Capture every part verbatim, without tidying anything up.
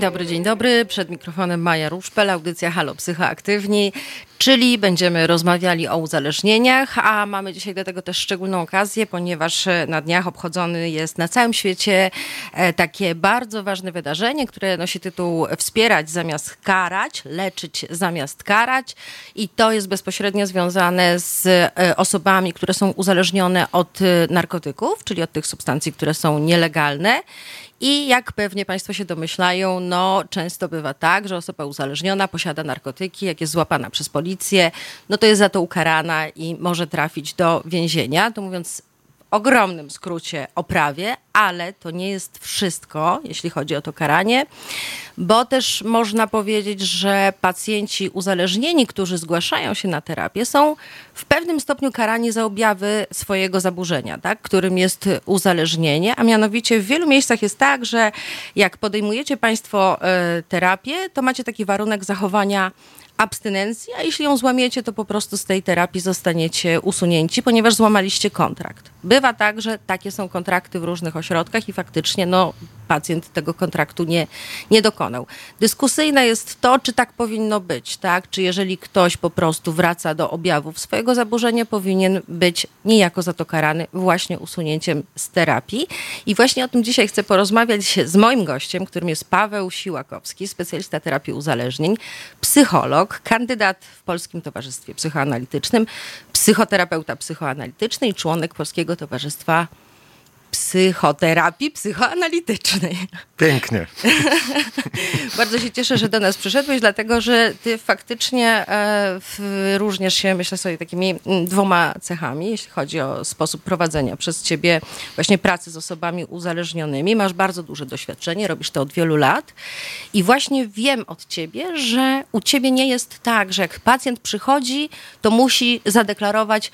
dobry, dzień dobry. Przed mikrofonem Maja Ruszpel, audycja Halo Psychoaktywni, czyli będziemy rozmawiali o uzależnieniach, a mamy dzisiaj do tego też szczególną okazję, ponieważ na dniach obchodzony jest na całym świecie takie bardzo ważne wydarzenie, które nosi tytuł Wspierać zamiast karać, leczyć zamiast karać, i to jest bezpośrednio związane z osobami, które są uzależnione od narkotyków, czyli od tych substancji, które są nielegalne. I jak pewnie Państwo się domyślają, no często bywa tak, że osoba uzależniona posiada narkotyki, jak jest złapana przez policję, no to jest za to ukarana i może trafić do więzienia. To mówiąc w ogromnym skrócie o prawie, ale to nie jest wszystko, jeśli chodzi o to karanie, bo też można powiedzieć, że pacjenci uzależnieni, którzy zgłaszają się na terapię, są w pewnym stopniu karani za objawy swojego zaburzenia, tak, którym jest uzależnienie, a mianowicie w wielu miejscach jest tak, że jak podejmujecie Państwo y, terapię, to macie taki warunek zachowania abstynencji, a jeśli ją złamiecie, to po prostu z tej terapii zostaniecie usunięci, ponieważ złamaliście kontrakt. Bywa tak, że takie są kontrakty w różnych ośrodkach i faktycznie no, pacjent tego kontraktu nie, nie dokonał. Dyskusyjne jest to, czy tak powinno być, tak? Czy jeżeli ktoś po prostu wraca do objawów swojego zaburzenia, powinien być niejako za to karany właśnie usunięciem z terapii. I właśnie o tym dzisiaj chcę porozmawiać z moim gościem, którym jest Paweł Siłakowski, specjalista terapii uzależnień, psycholog, kandydat w Polskim Towarzystwie Psychoanalitycznym, psychoterapeuta psychoanalityczny i członek Polskiego Towarzystwa Psychoterapii Psychoanalitycznej. Pięknie. Bardzo się cieszę, że do nas przyszedłeś, dlatego że ty faktycznie różnisz się, myślę sobie, takimi dwoma cechami, jeśli chodzi o sposób prowadzenia przez ciebie właśnie pracy z osobami uzależnionymi. Masz bardzo duże doświadczenie, robisz to od wielu lat i właśnie wiem od ciebie, że u ciebie nie jest tak, że jak pacjent przychodzi, to musi zadeklarować: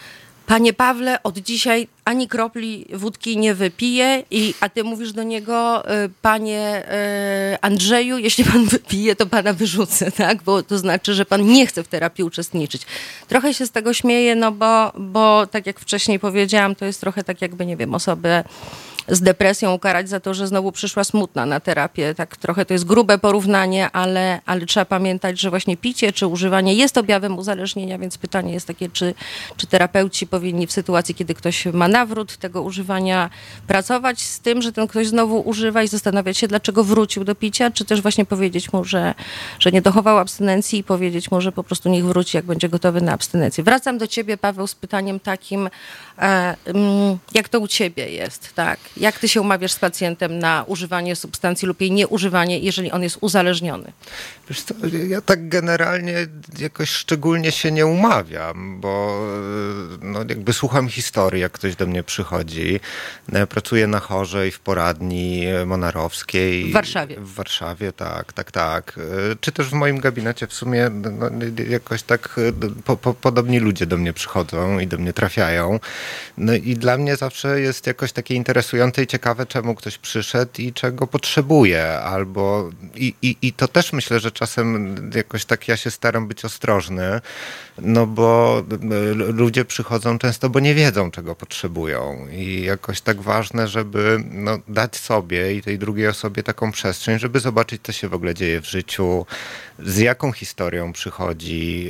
Panie Pawle, od dzisiaj ani kropli wódki nie wypiję, i, a ty mówisz do niego: Panie Andrzeju, jeśli pan wypije, to pana wyrzucę, tak? Bo to znaczy, że pan nie chce w terapii uczestniczyć. Trochę się z tego śmieję, no bo, bo tak jak wcześniej powiedziałam, to jest trochę tak jakby, nie wiem, osobę z depresją ukarać za to, że znowu przyszła smutna na terapię. Tak trochę to jest grube porównanie, ale, ale trzeba pamiętać, że właśnie picie czy używanie jest objawem uzależnienia, więc pytanie jest takie, czy, czy terapeuci powinni w sytuacji, kiedy ktoś ma nawrót tego używania, pracować z tym, że ten ktoś znowu używa i zastanawiać się, dlaczego wrócił do picia, czy też właśnie powiedzieć mu, że, że nie dochował abstynencji i powiedzieć mu, że po prostu niech wróci, jak będzie gotowy na abstynencję. Wracam do ciebie, Paweł, z pytaniem takim, e, jak to u ciebie jest, tak? Jak ty się umawiasz z pacjentem na używanie substancji lub jej nieużywanie, jeżeli on jest uzależniony? Wiesz co, ja tak generalnie jakoś szczególnie się nie umawiam, bo no, jakby słucham historii, jak ktoś do mnie przychodzi. Ja pracuję na Chorzej w poradni monarowskiej. W Warszawie. W Warszawie, tak, tak, tak. Czy też w moim gabinecie w sumie no, jakoś tak po, po, podobni ludzie do mnie przychodzą i do mnie trafiają. No i dla mnie zawsze jest jakoś takie interesujące i ciekawe, czemu ktoś przyszedł i czego potrzebuje, albo i, i, i to też myślę, że czasem jakoś tak ja się staram być ostrożny, no bo ludzie przychodzą często, bo nie wiedzą, czego potrzebują, i jakoś tak ważne, żeby no, dać sobie i tej drugiej osobie taką przestrzeń, żeby zobaczyć, co się w ogóle dzieje w życiu, z jaką historią przychodzi,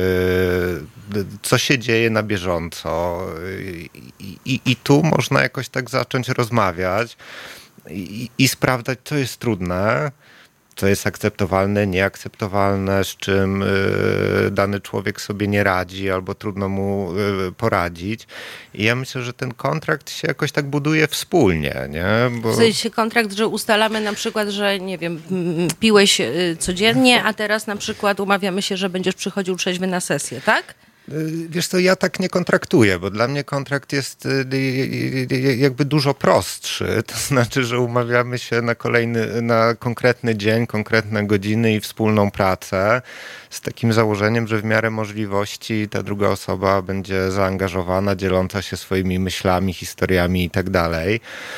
yy, co się dzieje na bieżąco, i, i, i tu można jakoś tak zacząć rozmawiać i, i sprawdzać, co jest trudne, co jest akceptowalne, nieakceptowalne, z czym y, dany człowiek sobie nie radzi albo trudno mu y, poradzić. I ja myślę, że ten kontrakt się jakoś tak buduje wspólnie, nie? Bo... W sensie kontrakt, że ustalamy na przykład, że nie wiem, piłeś codziennie, a teraz na przykład umawiamy się, że będziesz przychodził trzeźwy na sesję, tak? Wiesz co, ja tak nie kontraktuję, bo dla mnie kontrakt jest jakby dużo prostszy. To znaczy, że umawiamy się na kolejny, na konkretny dzień, konkretne godziny i wspólną pracę, z takim założeniem, że w miarę możliwości ta druga osoba będzie zaangażowana, dzieląca się swoimi myślami, historiami i tak dalej.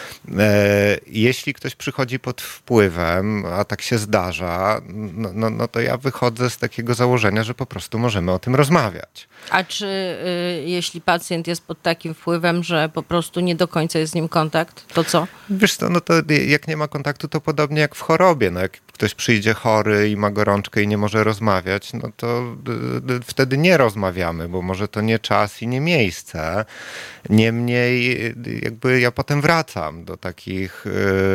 Jeśli ktoś przychodzi pod wpływem, a tak się zdarza, no, no, no to ja wychodzę z takiego założenia, że po prostu możemy o tym rozmawiać. A czy y, jeśli pacjent jest pod takim wpływem, że po prostu nie do końca jest z nim kontakt, to co? Wiesz co, no to jak nie ma kontaktu, to podobnie jak w chorobie. No jak ktoś przyjdzie chory i ma gorączkę i nie może rozmawiać, no to wtedy nie rozmawiamy, bo może to nie czas i nie miejsce. Niemniej jakby ja potem wracam do takich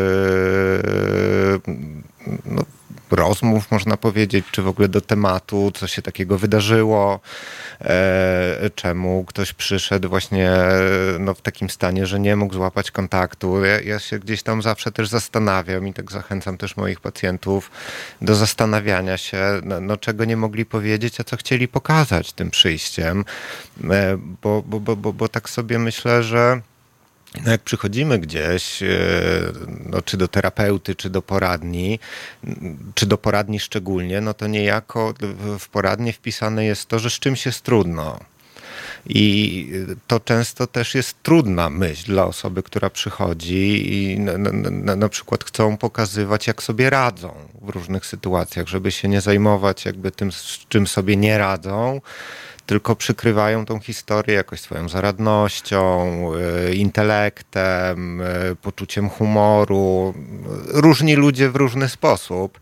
no, rozmów, można powiedzieć, czy w ogóle do tematu, co się takiego wydarzyło, e, czemu ktoś przyszedł właśnie no, w takim stanie, że nie mógł złapać kontaktu. Ja, ja się gdzieś tam zawsze też zastanawiam i tak zachęcam też moich pacjentów do zastanawiania się, no, no czego nie mogli powiedzieć, a co chcieli pokazać tym przyjściem, e, bo, bo, bo, bo, bo tak sobie myślę, że no jak przychodzimy gdzieś, no czy do terapeuty, czy do poradni, czy do poradni szczególnie, no to niejako w poradnie wpisane jest to, że z czymś jest trudno. I to często też jest trudna myśl dla osoby, która przychodzi i na, na, na przykład chcą pokazywać, jak sobie radzą w różnych sytuacjach, żeby się nie zajmować jakby tym, z czym sobie nie radzą, tylko przykrywają tą historię jakoś swoją zaradnością, intelektem, poczuciem humoru. Różni ludzie w różny sposób.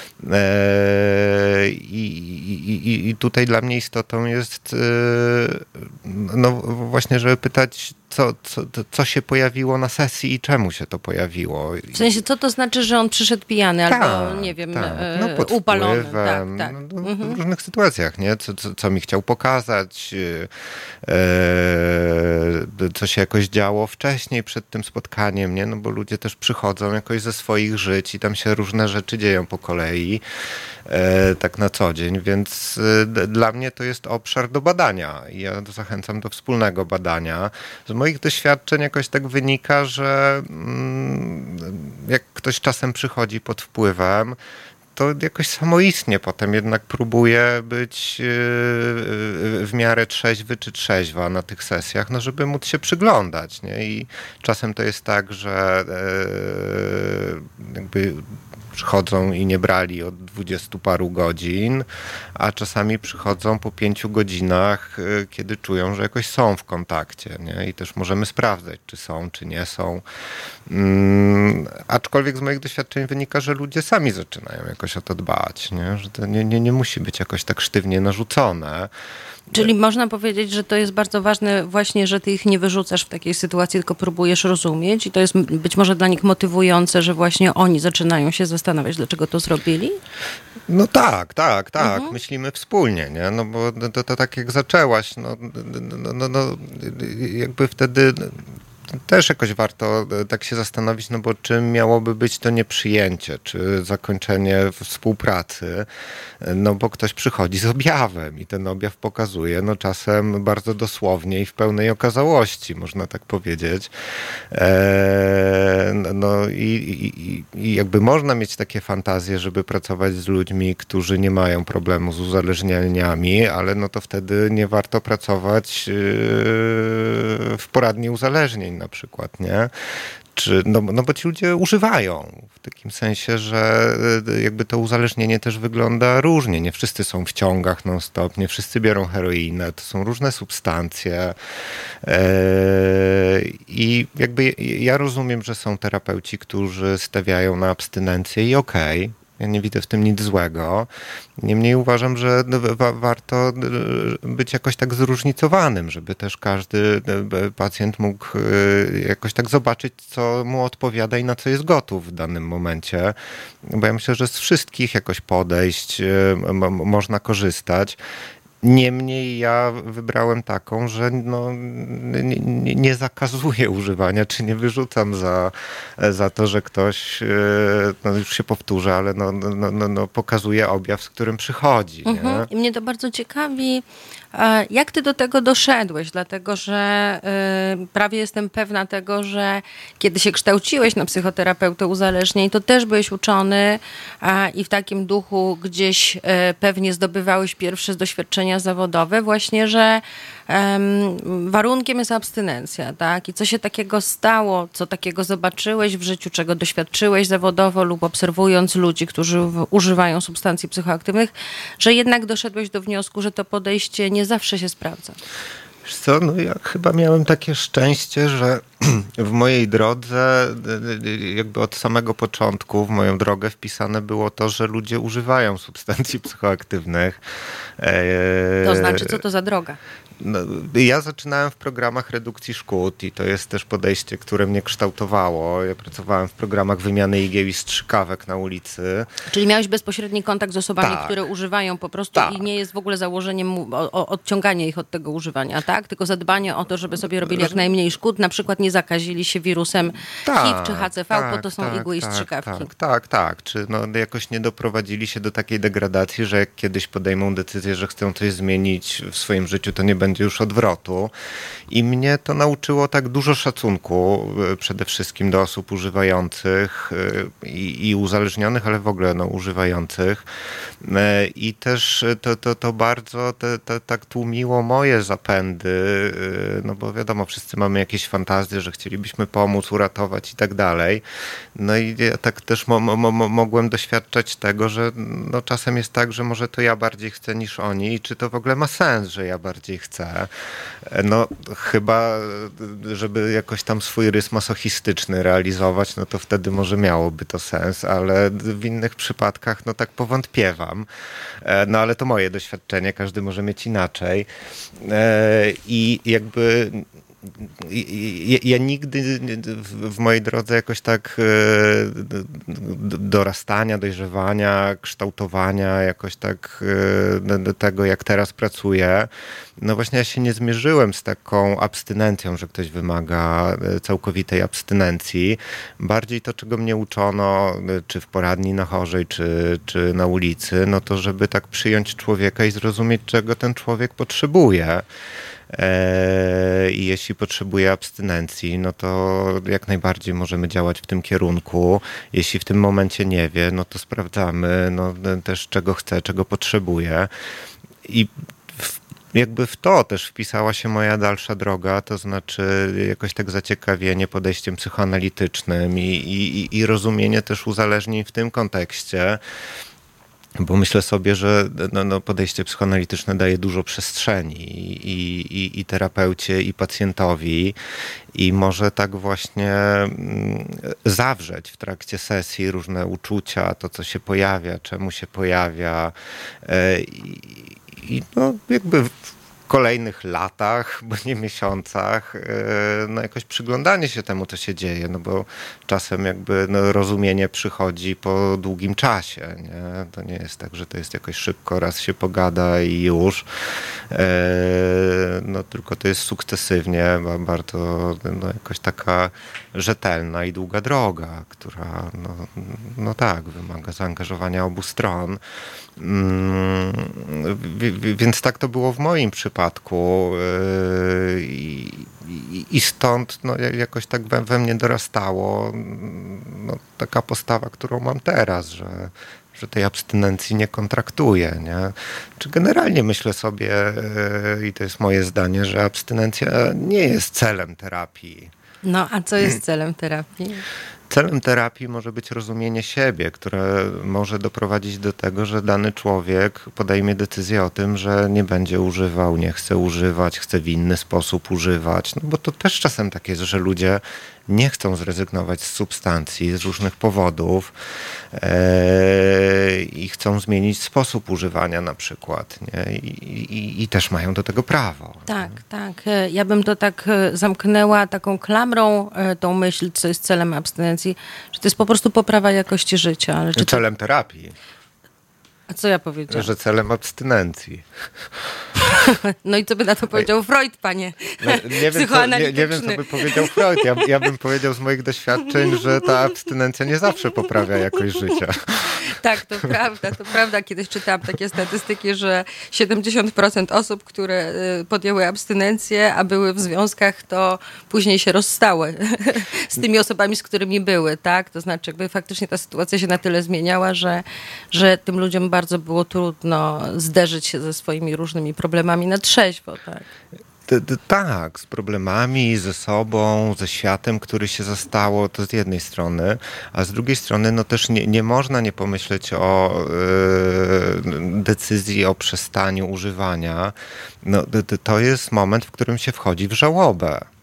I, i, i tutaj dla mnie istotą jest no właśnie, żeby pytać, co, co, co się pojawiło na sesji i czemu się to pojawiło. W sensie, co to znaczy, że on przyszedł pijany tak, albo, nie wiem, tak. No, pod upalony. Wpływem, tak, tak. No, mhm. W różnych sytuacjach, nie? Co, co, co mi chciał pokazać, e, co się jakoś działo wcześniej przed tym spotkaniem, nie? No bo ludzie też przychodzą jakoś ze swoich żyć i tam się różne rzeczy dzieją po kolei, e, tak na co dzień, więc e, dla mnie to jest obszar do badania i ja zachęcam do wspólnego badania. Z moich doświadczeń jakoś tak wynika, że mm, jak ktoś czasem przychodzi pod wpływem, to jakoś samoistnie potem jednak próbuje być w miarę trzeźwy czy trzeźwa na tych sesjach, no żeby móc się przyglądać, nie? I czasem to jest tak, że jakby przychodzą i nie brali od dwudziestu paru godzin, a czasami przychodzą po pięciu godzinach, kiedy czują, że jakoś są w kontakcie, nie? I też możemy sprawdzać, czy są, czy nie są. Um, aczkolwiek z moich doświadczeń wynika, że ludzie sami zaczynają jakoś o to dbać, nie? Że to nie, nie, nie musi być jakoś tak sztywnie narzucone. Czyli można powiedzieć, że to jest bardzo ważne właśnie, że ty ich nie wyrzucasz w takiej sytuacji, tylko próbujesz rozumieć i to jest być może dla nich motywujące, że właśnie oni zaczynają się zastanawiać, dlaczego to zrobili? No tak, tak, tak. Mhm. Myślimy wspólnie, nie? No bo to, to tak jak zaczęłaś, no, no, no, no jakby wtedy też jakoś warto tak się zastanowić, no bo czym miałoby być to nieprzyjęcie, czy zakończenie współpracy, no bo ktoś przychodzi z objawem i ten objaw pokazuje, no czasem bardzo dosłownie i w pełnej okazałości, można tak powiedzieć. Eee, no i, i, i jakby można mieć takie fantazje, żeby pracować z ludźmi, którzy nie mają problemu z uzależnieniami, ale no to wtedy nie warto pracować yy, w poradni uzależnień na przykład, nie? Czy, no, no bo ci ludzie używają w takim sensie, że jakby to uzależnienie też wygląda różnie. Nie wszyscy są w ciągach non-stop, nie wszyscy biorą heroinę, to są różne substancje. I jakby ja rozumiem, że są terapeuci, którzy stawiają na abstynencję i okej. Okay. Ja nie widzę w tym nic złego. Niemniej uważam, że wa- warto być jakoś tak zróżnicowanym, żeby też każdy pacjent mógł jakoś tak zobaczyć, co mu odpowiada i na co jest gotów w danym momencie. Bo ja myślę, że z wszystkich jakoś podejść m- można korzystać. Niemniej ja wybrałem taką, że no, nie, nie, nie zakazuję używania, czy nie wyrzucam za, za to, że ktoś, no już się powtórzę, ale no, no, no, no pokazuje objaw, z którym przychodzi. Mhm. Nie? I mnie to bardzo ciekawi, jak ty do tego doszedłeś, dlatego że y, prawie jestem pewna tego, że kiedy się kształciłeś na psychoterapeutę uzależnień, to też byłeś uczony a, i w takim duchu gdzieś y, pewnie zdobywałeś pierwsze doświadczenia zawodowe, właśnie, że um, warunkiem jest abstynencja, tak? I co się takiego stało, co takiego zobaczyłeś w życiu, czego doświadczyłeś zawodowo lub obserwując ludzi, którzy w, używają substancji psychoaktywnych, że jednak doszedłeś do wniosku, że to podejście nie zawsze się sprawdza. Wiesz co, no ja chyba miałem takie szczęście, że w mojej drodze, jakby od samego początku w moją drogę wpisane było to, że ludzie używają substancji psychoaktywnych. To znaczy, co to za droga? No, ja zaczynałem w programach redukcji szkód i to jest też podejście, które mnie kształtowało. Ja pracowałem w programach wymiany igieł i strzykawek na ulicy. Czyli miałeś bezpośredni kontakt z osobami, tak. które używają po prostu tak. i nie jest w ogóle założeniem o, o, odciąganie ich od tego używania, tak? Tylko zadbanie o to, żeby sobie robili jak najmniej szkód, na przykład nie zakazili się wirusem tak, H I V czy H C V, tak, bo to są tak, igły i tak, strzykawki. Tak, tak, tak. Czy no, jakoś nie doprowadzili się do takiej degradacji, że jak kiedyś podejmą decyzję, że chcą coś zmienić w swoim życiu, to nie będzie już odwrotu. I mnie to nauczyło tak dużo szacunku przede wszystkim do osób używających i, i uzależnionych, ale w ogóle no, używających. I też to, to, to bardzo te, te, tak tłumiło moje zapędy, no bo wiadomo, wszyscy mamy jakieś fantazje, że chcielibyśmy pomóc, uratować i tak dalej. No i ja tak też mo, mo, mo, mogłem doświadczać tego, że no, czasem jest tak, że może to ja bardziej chcę niż oni i czy to w ogóle ma sens, że ja bardziej chcę. No chyba, żeby jakoś tam swój rys masochistyczny realizować, no to wtedy może miałoby to sens, ale w innych przypadkach no tak powątpiewam. No ale to moje doświadczenie, każdy może mieć inaczej. I jakby Ja, ja nigdy w mojej drodze jakoś tak dorastania, dojrzewania, kształtowania, jakoś tak do tego, jak teraz pracuję, no właśnie ja się nie zmierzyłem z taką abstynencją, że ktoś wymaga całkowitej abstynencji. Bardziej to, czego mnie uczono, czy w poradni na chorej, czy, czy na ulicy, no to żeby tak przyjąć człowieka i zrozumieć, czego ten człowiek potrzebuje. I jeśli potrzebuje abstynencji, no to jak najbardziej możemy działać w tym kierunku. Jeśli w tym momencie nie wie, no to sprawdzamy no, też czego chce, czego potrzebuje. I w, jakby w to też wpisała się moja dalsza droga, to znaczy jakoś tak zaciekawienie podejściem psychoanalitycznym i, i, i rozumienie też uzależnień w tym kontekście. Bo myślę sobie, że no, no podejście psychoanalityczne daje dużo przestrzeni i, i, i terapeucie, i pacjentowi i może tak właśnie zawrzeć w trakcie sesji różne uczucia, to co się pojawia, czemu się pojawia i, i no jakby w kolejnych latach, bo nie miesiącach, no jakoś przyglądanie się temu, co się dzieje, no bo czasem jakby no, rozumienie przychodzi po długim czasie, nie? To nie jest tak, że to jest jakoś szybko, raz się pogada i już, no tylko to jest sukcesywnie, bardzo no, jakoś taka rzetelna i długa droga, która no, no tak, wymaga zaangażowania obu stron. Więc tak to było w moim przypadku i, i, i stąd no, jakoś tak we, we mnie dorastało no, taka postawa, którą mam teraz, że, że tej abstynencji nie kontraktuję. Nie? Czy generalnie myślę sobie, i to jest moje zdanie, że abstynencja nie jest celem terapii. No, a co jest celem terapii? Celem terapii może być rozumienie siebie, które może doprowadzić do tego, że dany człowiek podejmie decyzję o tym, że nie będzie używał, nie chce używać, chce w inny sposób używać. No bo to też czasem tak jest, że ludzie nie chcą zrezygnować z substancji z różnych powodów e, i chcą zmienić sposób używania na przykład. Nie? I, i, i też mają do tego prawo. Tak, nie? tak. Ja bym to tak zamknęła taką klamrą, tą myśl, co jest celem abstynencji, że to jest po prostu poprawa jakości życia. Ale czy celem to... terapii. A co ja powiedziałam? Że celem abstynencji. No i co by na to powiedział Freud, panie no, nie, wiem, co, nie, nie wiem, co by powiedział Freud. Ja, ja bym powiedział z moich doświadczeń, że ta abstynencja nie zawsze poprawia jakość życia. Tak, to prawda, to prawda. Kiedyś czytałam takie statystyki, że siedemdziesiąt procent osób, które podjęły abstynencję, a były w związkach, to później się rozstały z tymi osobami, z którymi były, tak? To znaczy jakby faktycznie ta sytuacja się na tyle zmieniała, że, że tym ludziom bardzo było trudno zderzyć się ze swoimi różnymi problemami na trzeźwo, tak? Tak, z problemami, ze sobą, ze światem, który się zastało, to z jednej strony, a z drugiej strony no też nie, nie można nie pomyśleć o yy, decyzji o przestaniu używania. No, to jest moment, w którym się wchodzi w żałobę.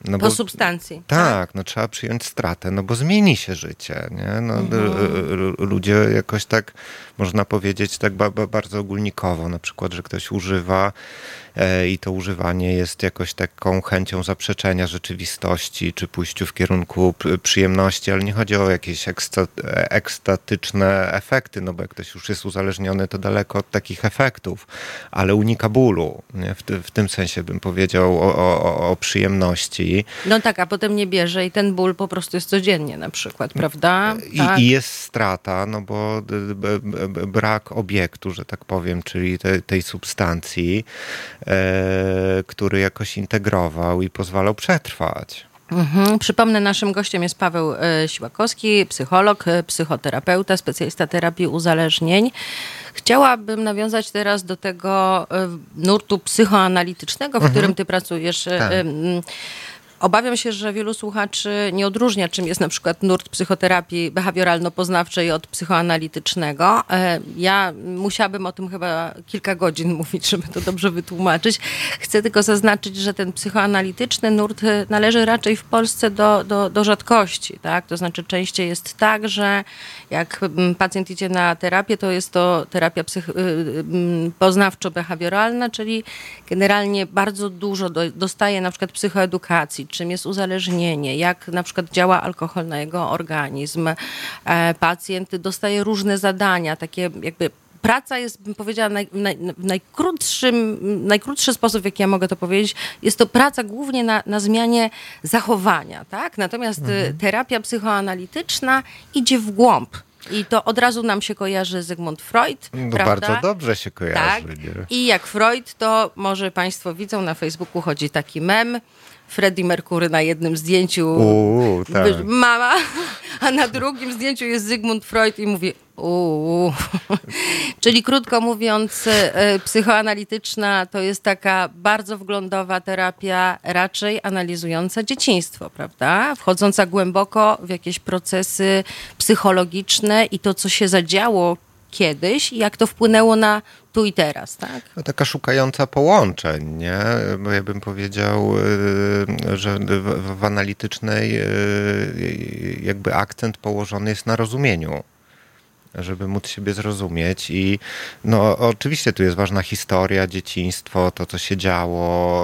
No po bo, substancji. Tak, tak, no trzeba przyjąć stratę, no bo zmieni się życie, nie? No, mhm. Ludzie jakoś tak, można powiedzieć, tak ba, ba, bardzo ogólnikowo, na przykład, że ktoś używa e, i to używanie jest jakoś taką chęcią zaprzeczenia rzeczywistości, czy pójściu w kierunku przyjemności, ale nie chodzi o jakieś eksta, ekstatyczne efekty, no bo jak ktoś już jest uzależniony, to daleko od takich efektów, ale unika bólu, nie? W, w tym sensie bym powiedział o, o, o przyjemności. No tak, a potem nie bierze i ten ból po prostu jest codziennie na przykład, prawda? I, Tak. i jest strata, no bo b, b, b, brak obiektu, że tak powiem, czyli te, tej substancji, e, który jakoś integrował i pozwalał przetrwać. Mhm. Przypomnę, naszym gościem jest Paweł e, Siłakowski, psycholog, e, psychoterapeuta, specjalista terapii uzależnień. Chciałabym nawiązać teraz do tego e, nurtu psychoanalitycznego, w Mhm. którym ty pracujesz. E, Tak. e, Obawiam się, że wielu słuchaczy nie odróżnia, czym jest na przykład nurt psychoterapii behawioralno-poznawczej od psychoanalitycznego. Ja musiałabym o tym chyba kilka godzin mówić, żeby to dobrze wytłumaczyć. Chcę tylko zaznaczyć, że ten psychoanalityczny nurt należy raczej w Polsce do, do, do rzadkości. Tak? To znaczy częściej jest tak, że jak pacjent idzie na terapię, to jest to terapia psych- poznawczo-behawioralna, czyli generalnie bardzo dużo do, dostaje na przykład psychoedukacji, czym jest uzależnienie, jak na przykład działa alkohol na jego organizm. E, pacjent dostaje różne zadania, takie jakby praca jest, bym powiedziała, naj, naj, w najkrótszym, najkrótszy sposób, w jaki ja mogę to powiedzieć, jest to praca głównie na, na zmianie zachowania, tak? Natomiast mhm. terapia psychoanalityczna idzie w głąb. I to od razu nam się kojarzy Zygmunt Freud, No prawda? Bardzo dobrze się kojarzy. Tak. I jak Freud, to może państwo widzą, na Facebooku chodzi taki mem, Freddie Mercury na jednym zdjęciu, Uuu, tak. mama, a na drugim zdjęciu jest Zygmunt Freud i mówi uuu. Czyli krótko mówiąc, psychoanalityczna to jest taka bardzo wglądowa terapia, raczej analizująca dzieciństwo, prawda? Wchodząca głęboko w jakieś procesy psychologiczne i to, co się zadziało kiedyś i jak to wpłynęło na tu i teraz, tak? No, taka szukająca połączeń, nie? Bo ja bym powiedział, że w, w analitycznej jakby akcent położony jest na rozumieniu, żeby móc siebie zrozumieć i no oczywiście tu jest ważna historia, dzieciństwo, to co się działo,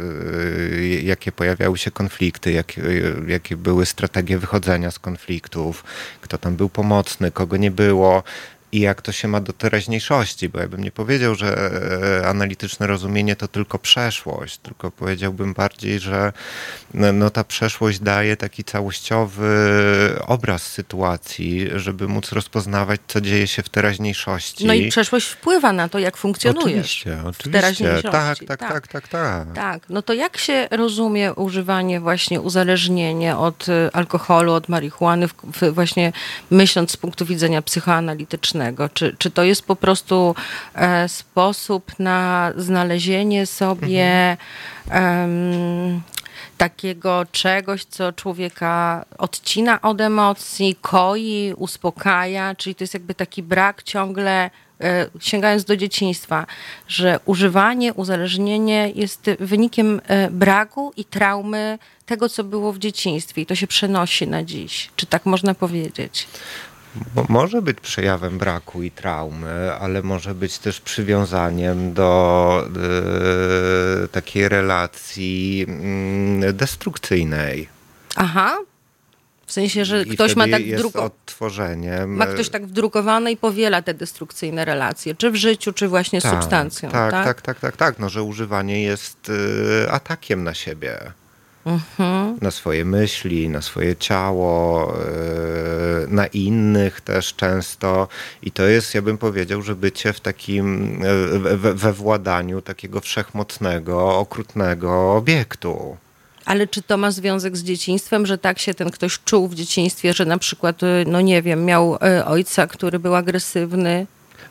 jakie pojawiały się konflikty, jakie, jakie były strategie wychodzenia z konfliktów, kto tam był pomocny, kogo nie było. I jak to się ma do teraźniejszości, bo ja bym nie powiedział, że analityczne rozumienie to tylko przeszłość, tylko powiedziałbym bardziej, że no, ta przeszłość daje taki całościowy obraz sytuacji, żeby móc rozpoznawać, co dzieje się w teraźniejszości. No i przeszłość wpływa na to, jak funkcjonujesz. Oczywiście, w oczywiście. teraźniejszości. Tak, tak, tak, tak, tak, tak. Tak, no to jak się rozumie używanie właśnie, uzależnienie od alkoholu, od marihuany, w, w właśnie myśląc z punktu widzenia psychoanalitycznego? Czy, czy to jest po prostu e, sposób na znalezienie sobie mhm. em, takiego czegoś, co człowieka odcina od emocji, koi, uspokaja, czyli to jest jakby taki brak ciągle, e, sięgając do dzieciństwa, że używanie, uzależnienie jest wynikiem e, braku i traumy tego, co było w dzieciństwie i to się przenosi na dziś. Czy tak można powiedzieć? Bo może być przejawem braku i traumy, ale może być też przywiązaniem do y, takiej relacji y, destrukcyjnej. Aha. W sensie, że I ktoś ma tak jest wdruko- odtworzeniem. ma ktoś tak wdrukowane i powiela te destrukcyjne relacje, czy w życiu, czy właśnie z tak, substancją. Tak, tak, tak, tak, tak, tak. No, że używanie jest y, atakiem na siebie. Mhm. Na swoje myśli, na swoje ciało, na innych też często. I to jest, ja bym powiedział, że bycie w takim, we, we władaniu takiego wszechmocnego, okrutnego obiektu. Ale czy to ma związek z dzieciństwem, że tak się ten ktoś czuł w dzieciństwie, że na przykład, no nie wiem, miał ojca, który był agresywny?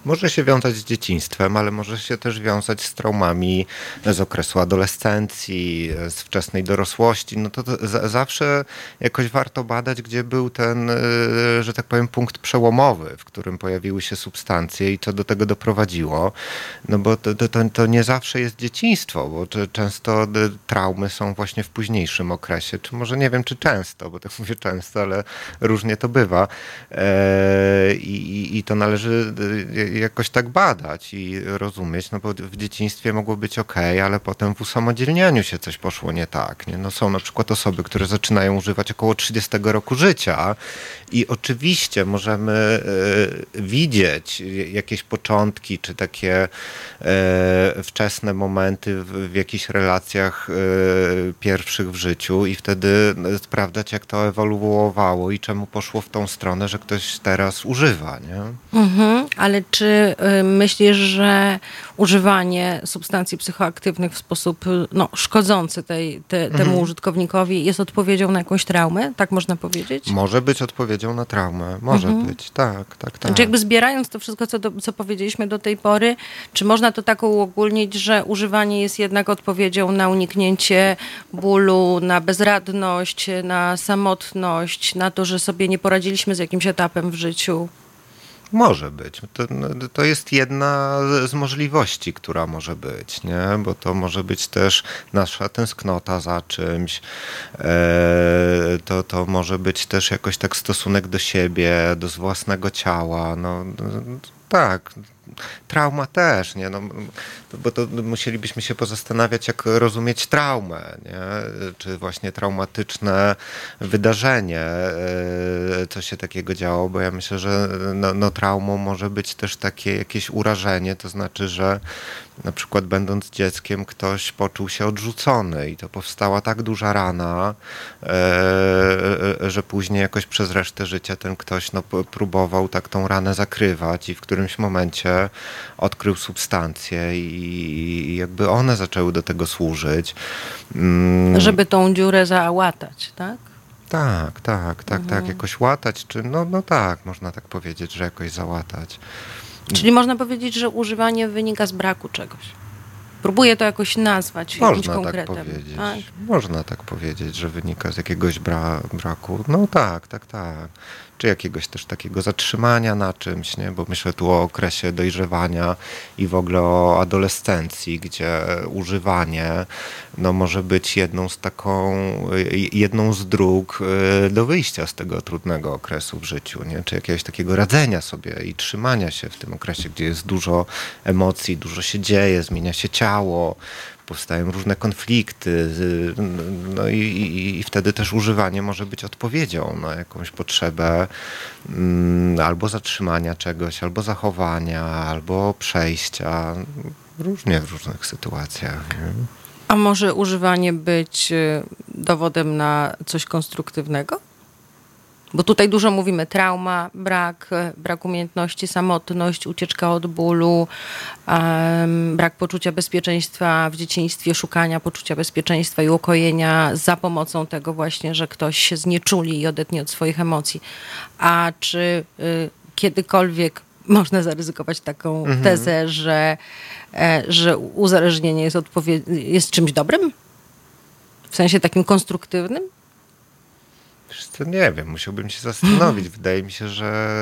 Może się wiązać z dzieciństwem, ale może się też wiązać z traumami z okresu adolescencji, z wczesnej dorosłości. No to, to za, zawsze jakoś warto badać, gdzie był ten, że tak powiem, punkt przełomowy, w którym pojawiły się substancje i co do tego doprowadziło. No bo to, to, to nie zawsze jest dzieciństwo, bo często traumy są właśnie w późniejszym okresie. Czy może nie wiem, czy często, bo tak mówię często, ale różnie to bywa. I, i, i to należy jakoś tak badać i rozumieć, no bo w dzieciństwie mogło być okej, ale potem w usamodzielnianiu się coś poszło nie tak. Nie? No są na przykład osoby, które zaczynają używać około trzydziestego roku życia i oczywiście możemy y, widzieć jakieś początki, czy takie y, wczesne momenty w, w jakichś relacjach y, pierwszych w życiu i wtedy sprawdzać, jak to ewoluowało i czemu poszło w tą stronę, że ktoś teraz używa. Nie? Mhm, ale czy y, myślisz, że używanie substancji psychoaktywnych w sposób no, szkodzący tej, te, temu mhm. użytkownikowi jest odpowiedzią na jakąś traumę? Tak można powiedzieć? Może być odpowiedzią na traumę. Może mhm. być. Tak, tak, tak. Znaczy jakby zbierając to wszystko, co, do, co powiedzieliśmy do tej pory, czy można to tak uogólnić, że używanie jest jednak odpowiedzią na uniknięcie bólu, na bezradność, na samotność, na to, że sobie nie poradziliśmy z jakimś etapem w życiu? Może być. To, to jest jedna z możliwości, która może być, nie? Bo to może być też nasza tęsknota za czymś. To, to może być też jakoś tak stosunek do siebie, do własnego ciała. No, tak. Trauma też, nie? No, bo to musielibyśmy się pozastanawiać, jak rozumieć traumę, nie? Czy właśnie traumatyczne wydarzenie, co się takiego działo, bo ja myślę, że no, no, traumą może być też takie jakieś urażenie, to znaczy, że na przykład będąc dzieckiem ktoś poczuł się odrzucony i to powstała tak duża rana, że później jakoś przez resztę życia ten ktoś no, próbował tak tą ranę zakrywać i w którymś momencie odkrył substancje i jakby one zaczęły do tego służyć. Żeby tą dziurę załatać, tak? Tak, tak, tak, mhm. tak, jakoś łatać, czy no, no tak, można tak powiedzieć, że jakoś załatać. Czyli można powiedzieć, że używanie wynika z braku czegoś. Próbuję to jakoś nazwać Można jakimś konkretem. Tak powiedzieć. Tak? Można tak powiedzieć, że wynika z jakiegoś bra- braku. No tak, tak, tak. Czy jakiegoś też takiego zatrzymania na czymś, nie? Bo myślę tu o okresie dojrzewania i w ogóle o adolescencji, gdzie używanie no, może być jedną z taką, jedną z dróg do wyjścia z tego trudnego okresu w życiu, nie? Czy jakiegoś takiego radzenia sobie i trzymania się w tym okresie, gdzie jest dużo emocji, dużo się dzieje, zmienia się ciało, powstają różne konflikty, no i, i, i wtedy też używanie może być odpowiedzią na jakąś potrzebę mm, albo zatrzymania czegoś, albo zachowania, albo przejścia, różnie w różnych sytuacjach. Nie? A może używanie być dowodem na coś konstruktywnego? Bo tutaj dużo mówimy trauma, brak, brak umiejętności, samotność, ucieczka od bólu, um, brak poczucia bezpieczeństwa w dzieciństwie, szukania poczucia bezpieczeństwa i ukojenia za pomocą tego właśnie, że ktoś się znieczuli i odetnie od swoich emocji. A czy y, kiedykolwiek można zaryzykować taką mhm. tezę, że, e, że uzależnienie jest, odpowie- jest czymś dobrym? W sensie takim konstruktywnym? To nie wiem, musiałbym się zastanowić. Wydaje mi się, że,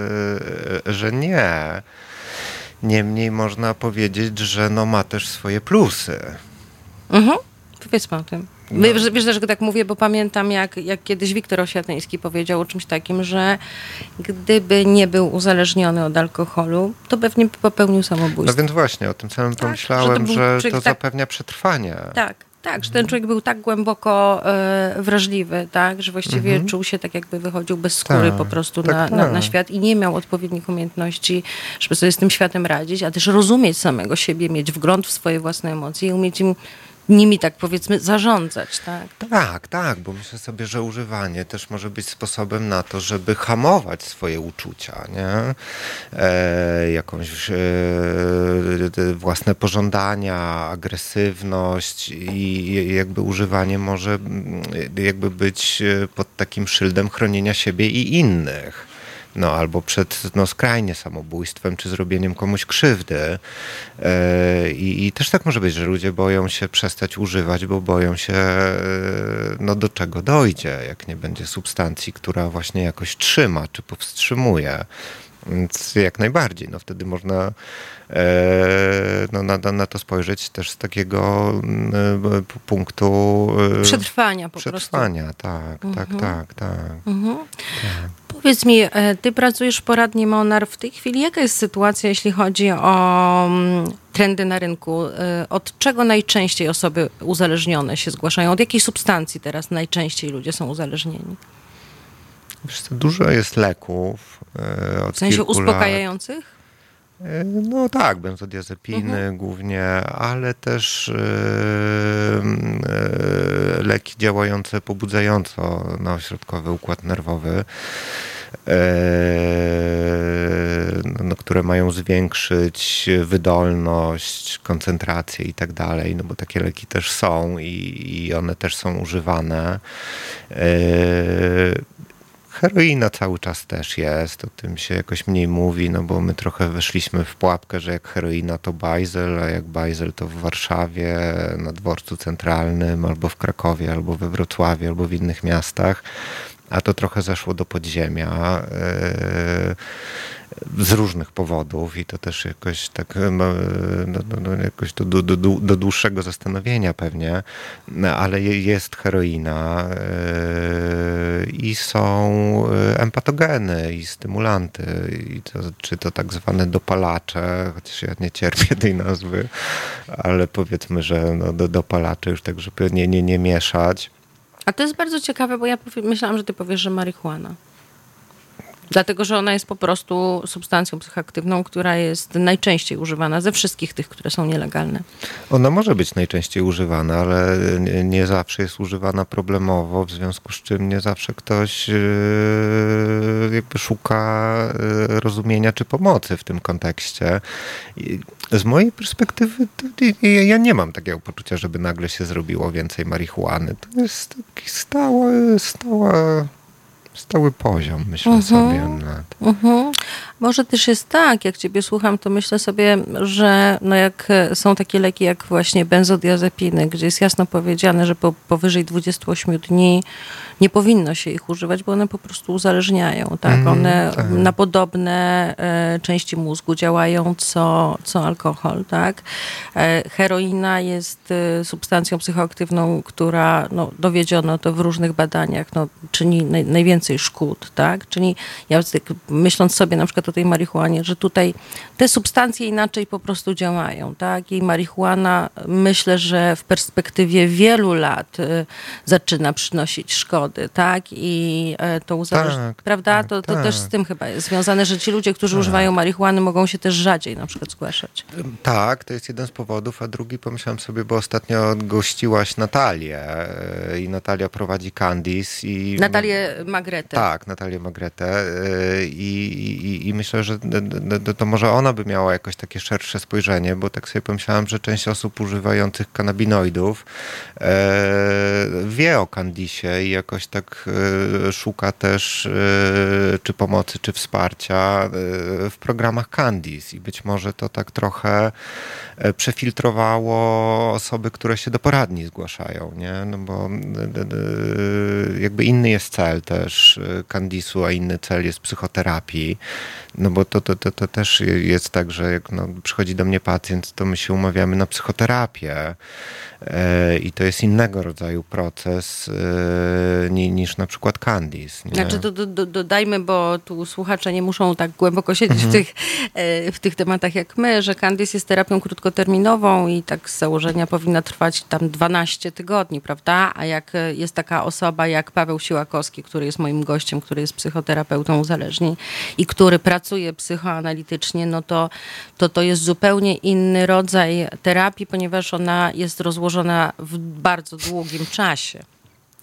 że nie. Niemniej można powiedzieć, że no ma też swoje plusy. Mhm. Powiedzmy o tym. No. Wiesz, wiesz, że tak mówię, bo pamiętam, jak, jak kiedyś Wiktor Osiatyński powiedział o czymś takim, że gdyby nie był uzależniony od alkoholu, to pewnie by popełnił samobójstwo. No więc właśnie, o tym samym tak, pomyślałem, że to, że to tak, zapewnia przetrwanie. Tak. Tak, że ten człowiek był tak głęboko e, wrażliwy, tak, że właściwie mhm. czuł się tak, jakby wychodził bez skóry tak, po prostu tak, na, tak. Na, na świat i nie miał odpowiednich umiejętności, żeby sobie z tym światem radzić, a też rozumieć samego siebie, mieć wgląd w swoje własne emocje i umieć im nimi, tak powiedzmy, zarządzać, tak? Tak, tak, bo myślę sobie, że używanie też może być sposobem na to, żeby hamować swoje uczucia, nie? E, jakąś e, własne pożądania, agresywność i jakby używanie może jakby być pod takim szyldem chronienia siebie i innych. no albo przed no, skrajnie samobójstwem, czy zrobieniem komuś krzywdy. I, I też tak może być, że ludzie boją się przestać używać, bo boją się, no do czego dojdzie, jak nie będzie substancji, która właśnie jakoś trzyma, czy powstrzymuje. Więc jak najbardziej, no wtedy można e, no, na, na to spojrzeć też z takiego e, punktu e, przetrwania po przetrwania, prostu. tak, mhm. tak, tak, tak, mhm. tak. Powiedz mi, ty pracujesz w poradni Monar w tej chwili. Jaka jest sytuacja, jeśli chodzi o trendy na rynku? Od czego najczęściej osoby uzależnione się zgłaszają? Od jakiej substancji teraz najczęściej ludzie są uzależnieni? Wiesz co, dużo jest leków. Od w sensie kilku uspokajających? Lat. No tak, benzodiazepiny mhm. głównie, ale też yy, leki działające pobudzająco na ośrodkowy układ nerwowy, yy, no, które mają zwiększyć wydolność, koncentrację i tak dalej, no bo takie leki też są i, i one też są używane. Yy, Heroina cały czas też jest, o tym się jakoś mniej mówi, no bo my trochę weszliśmy w pułapkę, że jak heroina to bajzel, a jak bajzel to w Warszawie, na dworcu centralnym, albo w Krakowie, albo we Wrocławiu, albo w innych miastach, a to trochę zeszło do podziemia yy, z różnych powodów i to też jakoś tak no, no, no, jakoś do, do, do, do dłuższego zastanowienia pewnie, no, ale jest heroina yy, i są empatogeny i stymulanty, i to, czy to tak zwane dopalacze, chociaż ja nie cierpię tej nazwy, ale powiedzmy, że no, do, dopalacze już tak, żeby nie, nie, nie mieszać. A to jest bardzo ciekawe, bo ja myślałam, że ty powiesz, że marihuana. Dlatego, że ona jest po prostu substancją psychoaktywną, która jest najczęściej używana ze wszystkich tych, które są nielegalne. Ona może być najczęściej używana, ale nie, nie zawsze jest używana problemowo, w związku z czym nie zawsze ktoś yy, jakby szuka yy, rozumienia czy pomocy w tym kontekście. I z mojej perspektywy to, ja nie mam takiego poczucia, żeby nagle się zrobiło więcej marihuany. To jest taki stały, stała... Stały poziom, myślę uh-huh. sobie. Nad. Uh-huh. Może też jest tak, jak ciebie słucham, to myślę sobie, że no jak są takie leki jak właśnie benzodiazepiny, gdzie jest jasno powiedziane, że po, powyżej dwudziestu ośmiu dni nie powinno się ich używać, bo one po prostu uzależniają. Tak? Mm, one tak. na podobne e, części mózgu działają co, co alkohol. Tak? E, heroina jest e, substancją psychoaktywną, która no, dowiedziono to w różnych badaniach, no, czyni naj, najwięcej szkód. Tak? Czyli ja myśląc sobie na przykład o tej marihuanie, że tutaj te substancje inaczej po prostu działają. Tak? I marihuana myślę, że w perspektywie wielu lat e, zaczyna przynosić szkody. Tak? I to uzależnia, tak, prawda? Tak, to, to tak. też z tym chyba jest związane, że ci ludzie, którzy tak. używają marihuany, mogą się też rzadziej na przykład zgłaszać. Tak, to jest jeden z powodów, a drugi pomyślałem sobie, bo ostatnio gościłaś Natalię i Natalia prowadzi Candice. I Natalię Magretę. Tak, Natalię Magretę i, i, i myślę, że to może ona by miała jakoś takie szersze spojrzenie, bo tak sobie pomyślałem, że część osób używających kanabinoidów wie o Candice i jakoś tak y, szuka też y, czy pomocy, czy wsparcia y, w programach Candice i być może to tak trochę y, przefiltrowało osoby, które się do poradni zgłaszają, nie? No bo y, y, jakby inny jest cel też Candice'u, a inny cel jest psychoterapii, no bo to, to, to, to też jest tak, że jak no, przychodzi do mnie pacjent, to my się umawiamy na psychoterapię y, i to jest innego rodzaju proces y, niż na przykład Candice. Nie? Znaczy to do, do, dodajmy, bo tu słuchacze nie muszą tak głęboko siedzieć mhm. w, tych, w tych tematach jak my, że Candice jest terapią krótkoterminową i tak z założenia powinna trwać tam dwanaście tygodni, prawda? A jak jest taka osoba jak Paweł Siłakowski, który jest moim gościem, który jest psychoterapeutą uzależnień i który pracuje psychoanalitycznie, no to to, to jest zupełnie inny rodzaj terapii, ponieważ ona jest rozłożona w bardzo długim czasie.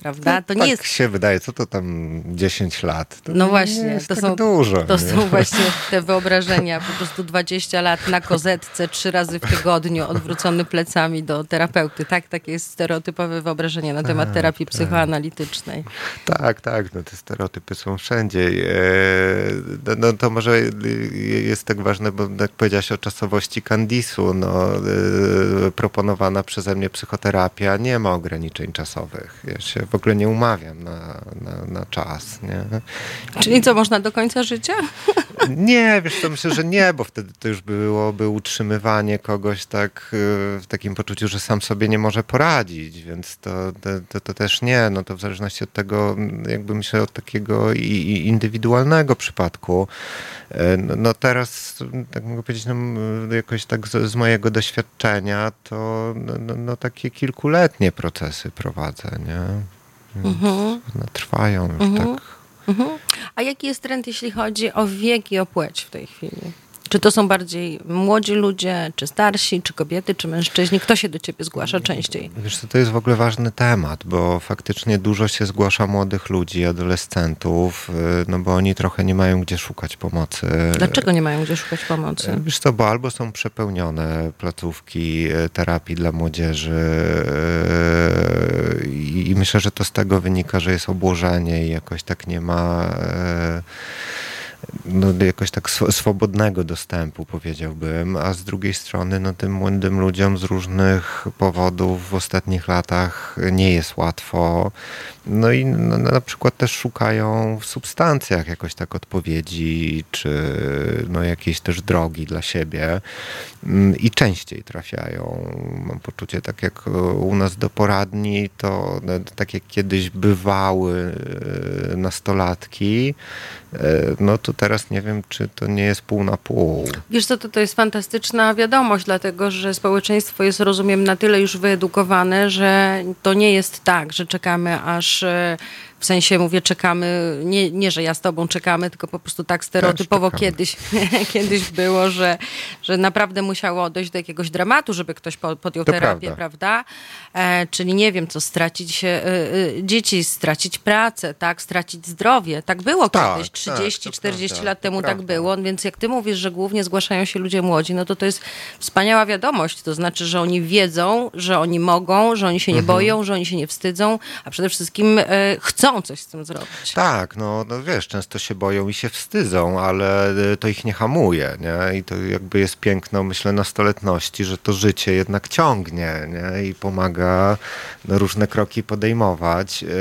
prawda? To tak nie jest... się wydaje, co to tam dziesięć lat? To no nie właśnie, jest to, tak są, dużo, to nie? są właśnie te wyobrażenia, po prostu dwadzieścia lat na kozetce, trzy razy w tygodniu, odwrócony plecami do terapeuty. Tak, takie jest stereotypowe wyobrażenie na tak, temat terapii tak. psychoanalitycznej. Tak, tak, no te stereotypy są wszędzie. No, no to może jest tak ważne, bo jak powiedziałaś o czasowości Candice'u, no proponowana przeze mnie psychoterapia nie ma ograniczeń czasowych. Ja się w ogóle nie umawiam na, na, na czas, nie? Czyli co, można do końca życia? Nie, wiesz, to myślę, że nie, bo wtedy to już byłoby utrzymywanie kogoś tak w takim poczuciu, że sam sobie nie może poradzić, więc to, to, to też nie, no to w zależności od tego, jakby myślę, od takiego i, i indywidualnego przypadku. No, no teraz, tak mogę powiedzieć, no, jakoś tak z, z mojego doświadczenia, to no, no, no takie kilkuletnie procesy prowadzę, nie? Więc Mhm. one trwają już Mhm. tak. Mhm. A jaki jest trend, jeśli chodzi o wiek i o płeć w tej chwili? Czy to są bardziej młodzi ludzie, czy starsi, czy kobiety, czy mężczyźni? Kto się do ciebie zgłasza częściej? Wiesz co, to jest w ogóle ważny temat, bo faktycznie dużo się zgłasza młodych ludzi, adolescentów, no bo oni trochę nie mają gdzie szukać pomocy. Dlaczego nie mają gdzie szukać pomocy? Wiesz co, bo albo są przepełnione placówki terapii dla młodzieży i, i myślę, że to z tego wynika, że jest obłożenie i jakoś tak nie ma no, jakoś tak swobodnego dostępu, powiedziałbym, a z drugiej strony no, tym młodym ludziom z różnych powodów w ostatnich latach nie jest łatwo. No i no, na przykład też szukają w substancjach jakoś tak odpowiedzi, czy no, jakiejś też drogi dla siebie i częściej trafiają. Mam poczucie, tak jak u nas do poradni, to no, tak jak kiedyś bywały nastolatki, no to teraz nie wiem, czy to nie jest pół na pół. Wiesz co, to, to jest fantastyczna wiadomość, dlatego że społeczeństwo jest, rozumiem, na tyle już wyedukowane, że to nie jest tak, że czekamy aż, w sensie mówię czekamy, nie, nie że ja z tobą czekamy, tylko po prostu tak stereotypowo kiedyś, kiedyś było, że, że naprawdę musiało dojść do jakiegoś dramatu, żeby ktoś podjął to terapię, prawda? prawda? E, czyli nie wiem co, stracić e, e, dzieci, stracić pracę, tak, stracić zdrowie. Tak było tak, kiedyś, trzydzieści czterdzieści prawda, lat temu tak prawda. było, więc jak ty mówisz, że głównie zgłaszają się ludzie młodzi, no to to jest wspaniała wiadomość, to znaczy, że oni wiedzą, że oni mogą, że oni się nie mhm. boją, że oni się nie wstydzą, a przede wszystkim e, chcą coś z tym zrobić. Tak, no, no wiesz, często się boją i się wstydzą, ale to ich nie hamuje, nie? I to jakby jest piękno, myślę, nastoletności, że to życie jednak ciągnie, nie? I pomaga no, różne kroki podejmować. Yy,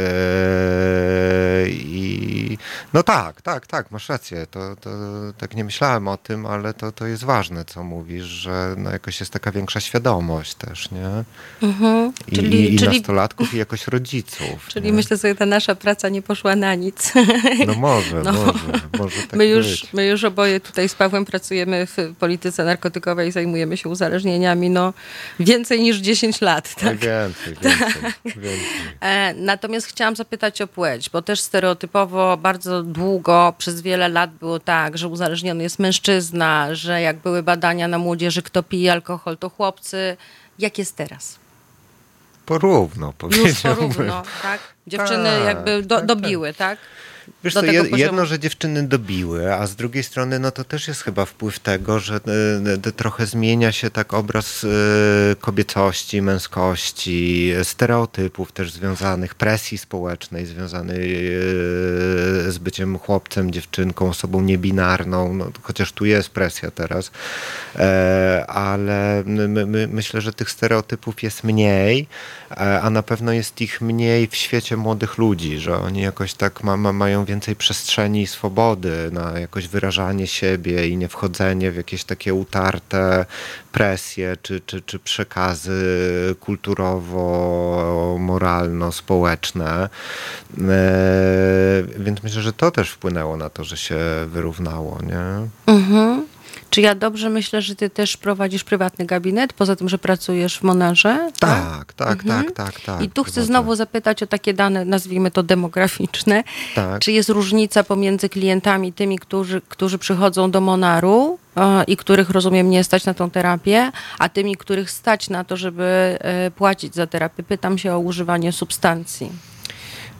I no tak, tak, tak, masz rację. To, to tak nie myślałem o tym, ale to, to jest ważne, co mówisz, że no, jakoś jest taka większa świadomość też, nie? Mhm. I, czyli, i czyli, nastolatków, i jakoś rodziców. Czyli nie? myślę sobie, ta nasza praca nie poszła na nic. No może, No. może, może tak My już, być. my już oboje tutaj z Pawłem pracujemy w polityce narkotykowej i zajmujemy się uzależnieniami no więcej niż dziesięć lat. Tak? Oj, więcej, więcej, więcej. E, natomiast chciałam zapytać o płeć, bo też stereotypowo bardzo długo, przez wiele lat było tak, że uzależniony jest mężczyzna, że jak były badania na młodzieży, kto pije alkohol, to chłopcy. Jak jest teraz? Porówno, powiedziałbym. Już porówno, tak? Dziewczyny Tak, jakby do, tak, dobiły, tak? Wiesz do co, tego jed, poziomu. jedno, że dziewczyny dobiły, a z drugiej strony no to też jest chyba wpływ tego, że y, y, trochę zmienia się tak obraz y, kobiecości, męskości, stereotypów też związanych, presji społecznej związanej y, z byciem chłopcem, dziewczynką, osobą niebinarną, no, chociaż tu jest presja teraz, e, ale my, my, myślę, że tych stereotypów jest mniej, a na pewno jest ich mniej w świecie młodych ludzi, że oni jakoś tak ma, ma, mają więcej przestrzeni i swobody na jakoś wyrażanie siebie i nie wchodzenie w jakieś takie utarte presje czy, czy, czy przekazy kulturowo-moralno-społeczne. Więc myślę, że to też wpłynęło na to, że się wyrównało, nie? Mhm. Czy ja dobrze myślę, że ty też prowadzisz prywatny gabinet, poza tym, że pracujesz w Monarze? Tak, tak, Mhm. tak, tak, tak. I tu chcę Prowadzę. znowu zapytać o takie dane, nazwijmy to demograficzne. Tak. Czy jest różnica pomiędzy klientami, tymi, którzy, którzy przychodzą do Monaru e, i których, rozumiem, nie stać na tą terapię, a tymi, których stać na to, żeby e, płacić za terapię? Pytam się o używanie substancji.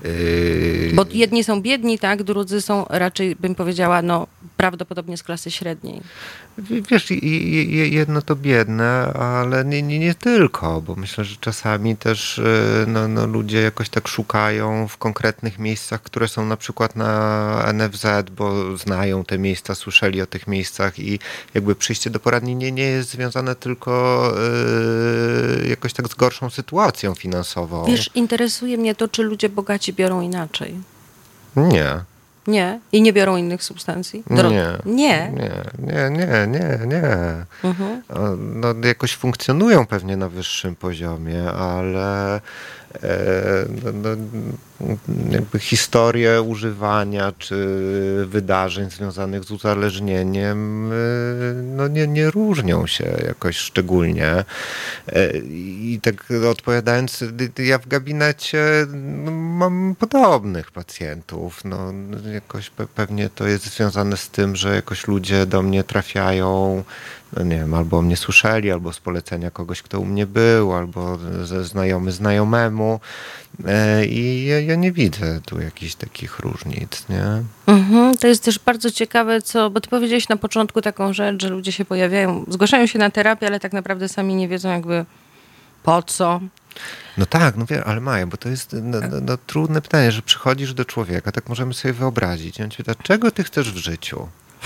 Bo jedni są biedni, tak, drudzy są raczej, bym powiedziała, no prawdopodobnie z klasy średniej. Wiesz, jedno to biedne, ale nie, nie, nie tylko, bo myślę, że czasami też no, no, ludzie jakoś tak szukają w konkretnych miejscach, które są na przykład na N F Z, bo znają te miejsca, słyszeli o tych miejscach i jakby przyjście do poradni nie, nie jest związane tylko yy, jakoś tak z gorszą sytuacją finansową. Wiesz, interesuje mnie to, czy ludzie bogaci biorą inaczej. Nie. Nie? I nie biorą innych substancji? Dro- nie. Nie? Nie, nie, nie, nie, nie. Mhm. No, jakoś funkcjonują pewnie na wyższym poziomie, ale e, no, no, jakby historie używania czy wydarzeń związanych z uzależnieniem no, nie, nie różnią się jakoś szczególnie. I tak odpowiadając, ja w gabinecie mam podobnych pacjentów. No, jakoś pe- pewnie to jest związane z tym, że jakoś ludzie do mnie trafiają, no nie wiem, albo o mnie słyszeli, albo z polecenia kogoś, kto u mnie był, albo ze znajomy znajomemu. I ja, ja nie widzę tu jakichś takich różnic, nie? Mhm, to jest też bardzo ciekawe, co, bo ty powiedziałeś na początku taką rzecz, że ludzie się pojawiają, zgłaszają się na terapię, ale tak naprawdę sami nie wiedzą jakby po co. No tak, no wiem, ale Maja, bo to jest no, no, no, trudne pytanie, że przychodzisz do człowieka, tak możemy sobie wyobrazić. I on ci pyta, czego ty chcesz w życiu?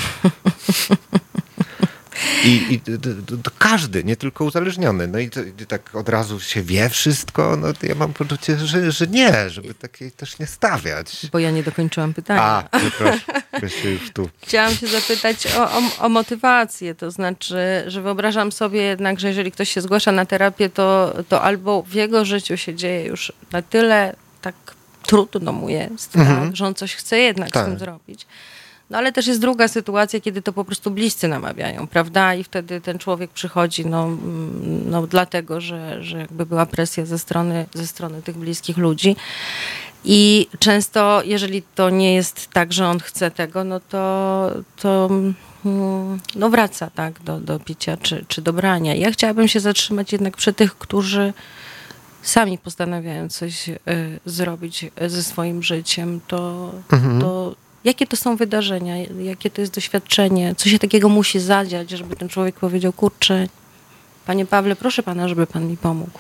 I, i to, to, to każdy, nie tylko uzależniony. No i, to, i tak od razu się wie wszystko. No to ja mam poczucie, że, że nie, żeby takiej też nie stawiać. Bo ja nie dokończyłam pytania. A, proszę, się już tu. Chciałam się zapytać o, o, o motywację. To znaczy, że wyobrażam sobie jednak, że jeżeli ktoś się zgłasza na terapię, to, to albo w jego życiu się dzieje już na tyle tak trudno mu jest, mhm. tak, że on coś chce jednak tak. z tym zrobić. No ale też jest druga sytuacja, kiedy to po prostu bliscy namawiają, prawda? I wtedy ten człowiek przychodzi, no, no dlatego, że, że jakby była presja ze strony, ze strony tych bliskich ludzi. I często, jeżeli to nie jest tak, że on chce tego, no to, to no wraca tak, do, do picia czy, czy do brania. Ja chciałabym się zatrzymać jednak przy tych, którzy sami postanawiają coś y, zrobić ze swoim życiem, to, mhm. to jakie to są wydarzenia, jakie to jest doświadczenie, co się takiego musi zadziać, żeby ten człowiek powiedział, kurczę, panie Pawle, proszę pana, żeby pan mi pomógł.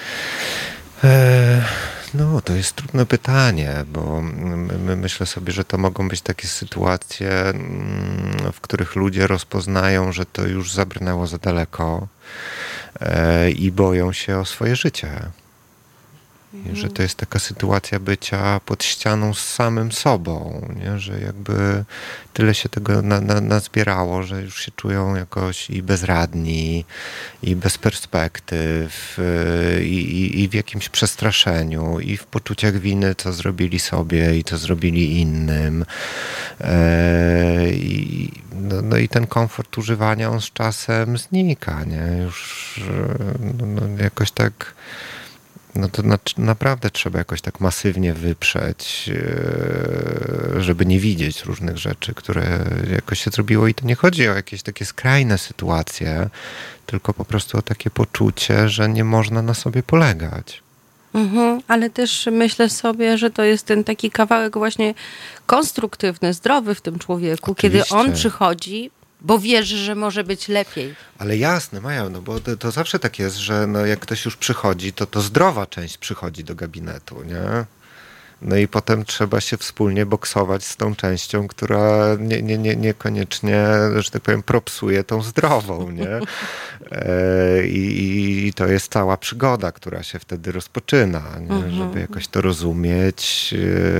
E, no, to jest trudne pytanie, bo my, myślę sobie, że to mogą być takie sytuacje, w których ludzie rozpoznają, że to już zabrnęło za daleko e, i boją się o swoje życie. I że to jest taka sytuacja bycia pod ścianą z samym sobą, nie? Że jakby tyle się tego na, na, nazbierało, że już się czują jakoś i bezradni, i bez perspektyw, i, i, i w jakimś przestraszeniu, i w poczuciach winy, co zrobili sobie i co zrobili innym. E, i, no, no i ten komfort używania, on z czasem znika, nie? Już no, no, jakoś tak... No to na, naprawdę trzeba jakoś tak masywnie wyprzeć, żeby nie widzieć różnych rzeczy, które jakoś się zrobiło. I to nie chodzi o jakieś takie skrajne sytuacje, tylko po prostu o takie poczucie, że nie można na sobie polegać. Mhm, ale też myślę sobie, że to jest ten taki kawałek właśnie konstruktywny, zdrowy w tym człowieku, Oczywiście. Kiedy on przychodzi, bo wierzy, że może być lepiej. Ale jasne, Maja, no bo to, to zawsze tak jest, że no jak ktoś już przychodzi, to to zdrowa część przychodzi do gabinetu, nie? No i potem trzeba się wspólnie boksować z tą częścią, która nie, nie, nie, niekoniecznie, że tak powiem, propsuje tą zdrową, nie? E, i, I to jest cała przygoda, która się wtedy rozpoczyna, nie? Mhm. Żeby jakoś to rozumieć,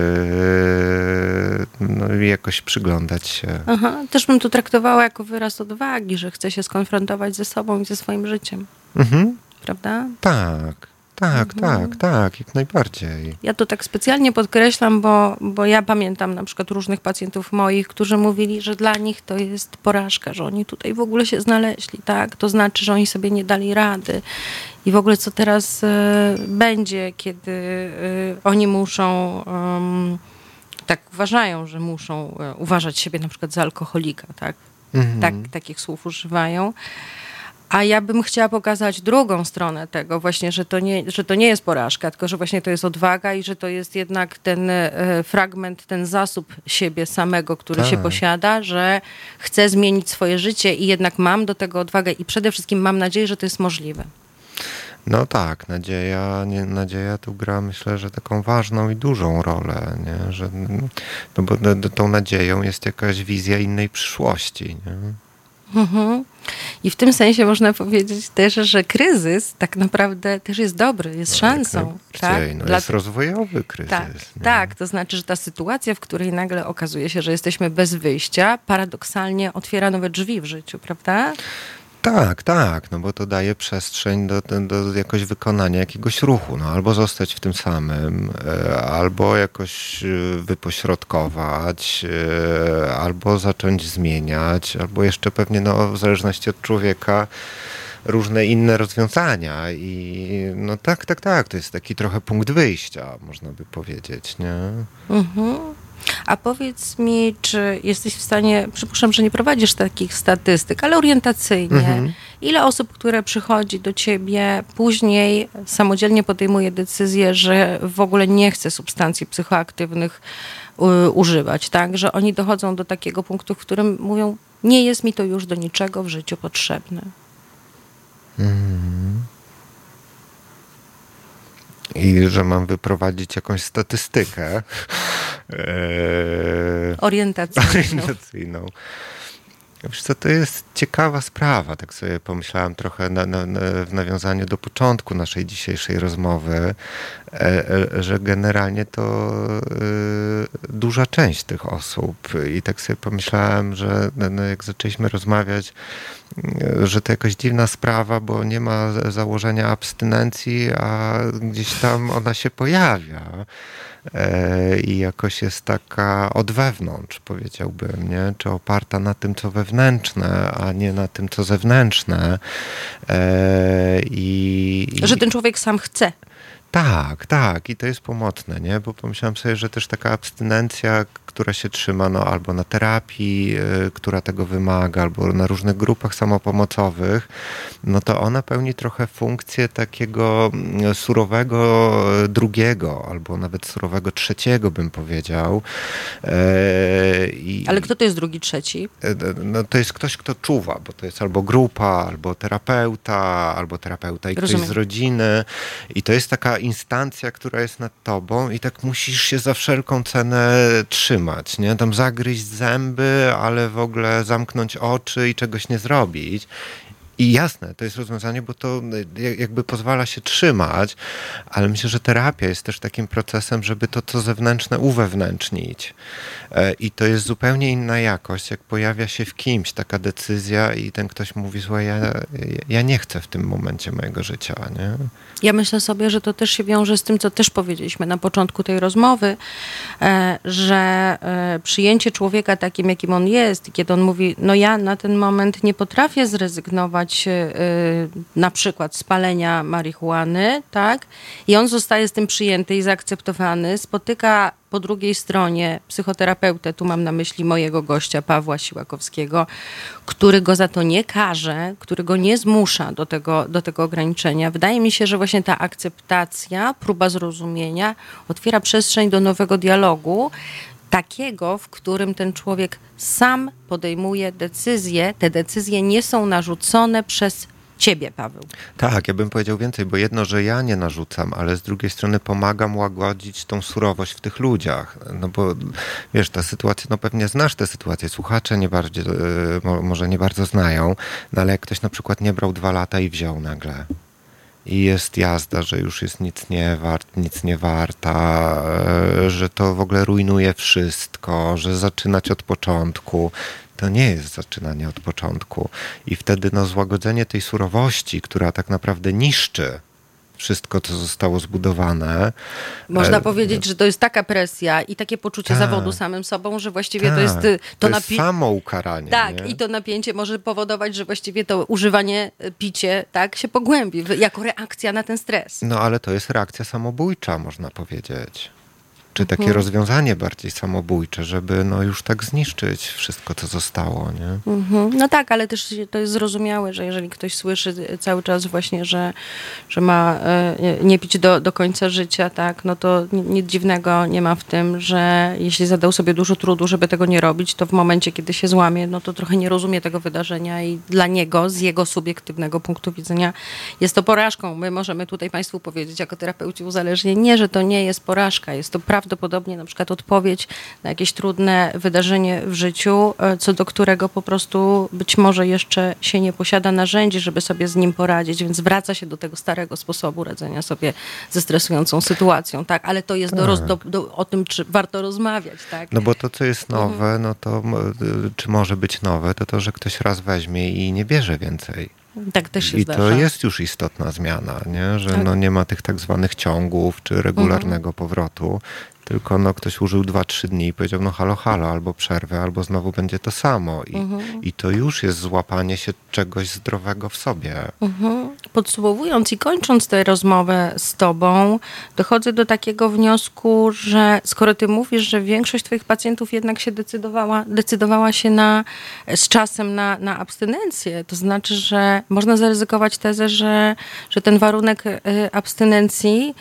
e, no i jakoś przyglądać się. Aha, też bym to traktowała jako wyraz odwagi, że chce się skonfrontować ze sobą i ze swoim życiem. Mhm. Prawda? Tak. Tak, mhm. tak, tak, jak najbardziej. Ja to tak specjalnie podkreślam, bo, bo ja pamiętam na przykład różnych pacjentów moich, którzy mówili, że dla nich to jest porażka, że oni tutaj w ogóle się znaleźli, tak? To znaczy, że oni sobie nie dali rady. I w ogóle co teraz y, będzie, kiedy y, oni muszą, y, tak uważają, że muszą y, uważać siebie na przykład za alkoholika, tak? Mhm. Tak, takich słów używają. A ja bym chciała pokazać drugą stronę tego właśnie, że to nie, że to nie jest porażka, tylko że właśnie to jest odwaga i że to jest jednak ten e, fragment, ten zasób siebie samego, który Tak. się posiada, że chcę zmienić swoje życie i jednak mam do tego odwagę i przede wszystkim mam nadzieję, że to jest możliwe. No tak, nadzieja, nie, nadzieja tu gra, myślę, że taką ważną i dużą rolę, nie? Że, no bo no, tą nadzieją jest jakaś wizja innej przyszłości. Nie? Mhm. I w tym sensie można powiedzieć też, że kryzys tak naprawdę też jest dobry, jest szansą. Tak? No Dla... jest rozwojowy kryzys. Tak, tak, to znaczy, że ta sytuacja, w której nagle okazuje się, że jesteśmy bez wyjścia, paradoksalnie otwiera nowe drzwi w życiu, prawda? Tak, tak, no bo to daje przestrzeń do, do, do jakoś wykonania jakiegoś ruchu, no albo zostać w tym samym, albo jakoś wypośrodkować, albo zacząć zmieniać, albo jeszcze pewnie, no w zależności od człowieka, różne inne rozwiązania i no tak, tak, tak, to jest taki trochę punkt wyjścia, można by powiedzieć, nie? Mhm. A powiedz mi, czy jesteś w stanie, przypuszczam, że nie prowadzisz takich statystyk, ale orientacyjnie, mhm. ile osób, które przychodzi do ciebie, później samodzielnie podejmuje decyzję, że w ogóle nie chce substancji psychoaktywnych u, używać, tak? Że oni dochodzą do takiego punktu, w którym mówią, nie jest mi to już do niczego w życiu potrzebne. Mhm. I że mam wyprowadzić jakąś statystykę. Orientacyjną. Orientacyjną. Wiesz co, to jest ciekawa sprawa, tak sobie pomyślałem trochę na, na, na, w nawiązaniu do początku naszej dzisiejszej rozmowy, e, e, że generalnie to e, duża część tych osób i tak sobie pomyślałem, że no, jak zaczęliśmy rozmawiać, że to jakaś dziwna sprawa, bo nie ma założenia abstynencji, a gdzieś tam ona się pojawia. I jakoś jest taka od wewnątrz, powiedziałbym, nie? Czy oparta na tym, co wewnętrzne, a nie na tym, co zewnętrzne. I, że ten człowiek sam chce. Tak, tak. I to jest pomocne, nie? Bo pomyślałem sobie, że też taka abstynencja, która się trzyma no, albo na terapii, y, która tego wymaga, albo na różnych grupach samopomocowych, no to ona pełni trochę funkcję takiego surowego drugiego, albo nawet surowego trzeciego, bym powiedział. E, i, Ale kto to jest drugi, trzeci? No to jest ktoś, kto czuwa, bo to jest albo grupa, albo terapeuta, albo terapeuta i Rozumiem. ktoś z rodziny. I to jest taka instancja, która jest nad tobą i tak musisz się za wszelką cenę trzymać, nie? Tam zagryźć zęby, ale w ogóle zamknąć oczy i czegoś nie zrobić. I jasne, to jest rozwiązanie, bo to jakby pozwala się trzymać, ale myślę, że terapia jest też takim procesem, żeby to, co zewnętrzne, uwewnętrznić. I to jest zupełnie inna jakość, jak pojawia się w kimś taka decyzja i ten ktoś mówi, słuchaj, ja, ja nie chcę w tym momencie mojego życia, nie? Ja myślę sobie, że to też się wiąże z tym, co też powiedzieliśmy na początku tej rozmowy, że przyjęcie człowieka takim, jakim on jest, kiedy on mówi, no ja na ten moment nie potrafię zrezygnować na przykład z palenia marihuany, tak? I on zostaje z tym przyjęty i zaakceptowany, spotyka po drugiej stronie psychoterapeutę, tu mam na myśli mojego gościa Pawła Siłakowskiego, który go za to nie karze, który go nie zmusza do tego, do tego ograniczenia. Wydaje mi się, że właśnie ta akceptacja, próba zrozumienia otwiera przestrzeń do nowego dialogu, takiego, w którym ten człowiek sam podejmuje decyzje. Te decyzje nie są narzucone przez ciebie, Paweł. Tak, ja bym powiedział więcej, bo jedno, że ja nie narzucam, ale z drugiej strony pomagam łagodzić tą surowość w tych ludziach. No bo wiesz, ta sytuacja, no pewnie znasz tę sytuację, słuchacze nie bardzo, może nie bardzo znają, no ale jak ktoś na przykład nie brał dwa lata i wziął nagle. I jest jazda, że już jest nic nie wart, nic nie warta, że to w ogóle rujnuje wszystko, że zaczynać od początku. To nie jest zaczynanie od początku. I wtedy no, złagodzenie tej surowości, która tak naprawdę niszczy wszystko, co zostało zbudowane. Można e, powiedzieć, że to jest taka presja i takie poczucie ta, zawodu samym sobą, że właściwie ta, to jest to, to jest napi- samo ukaranie. Tak, nie? i to napięcie może powodować, że właściwie to używanie, picie, tak, się pogłębi jako reakcja na ten stres. No ale to jest reakcja samobójcza, można powiedzieć. czy takie mhm. rozwiązanie bardziej samobójcze, żeby no już tak zniszczyć wszystko, co zostało, nie? Mhm. No tak, ale też to jest zrozumiałe, że jeżeli ktoś słyszy cały czas właśnie, że, że ma nie pić do, do końca życia, tak, no to nic dziwnego nie ma w tym, że jeśli zadał sobie dużo trudu, żeby tego nie robić, to w momencie, kiedy się złamie, no to trochę nie rozumie tego wydarzenia i dla niego, z jego subiektywnego punktu widzenia jest to porażką. My możemy tutaj Państwu powiedzieć jako terapeuci uzależnień, nie, że to nie jest porażka, jest to prawdopodobnie na przykład odpowiedź na jakieś trudne wydarzenie w życiu, co do którego po prostu być może jeszcze się nie posiada narzędzi, żeby sobie z nim poradzić, więc wraca się do tego starego sposobu radzenia sobie ze stresującą sytuacją, tak, ale to jest tak. do, roz, do, do, o tym, czy warto rozmawiać, tak. No bo to, co jest nowe, mhm. no to czy może być nowe, to to, że ktoś raz weźmie i nie bierze więcej. Tak też się I zdarza. to jest już istotna zmiana, nie? Że tak. no nie ma tych tak zwanych ciągów czy regularnego mhm. powrotu, tylko no ktoś użył dwa, trzy dni i powiedział no halo, halo, albo przerwę, albo znowu będzie to samo. I, mhm. i to już jest złapanie się czegoś zdrowego w sobie. Mhm. Podsumowując i kończąc tę rozmowę z tobą, dochodzę do takiego wniosku, że skoro ty mówisz, że większość twoich pacjentów jednak się decydowała, decydowała się na, z czasem na, na abstynencję, to znaczy, że można zaryzykować tezę, że, że ten warunek abstynencji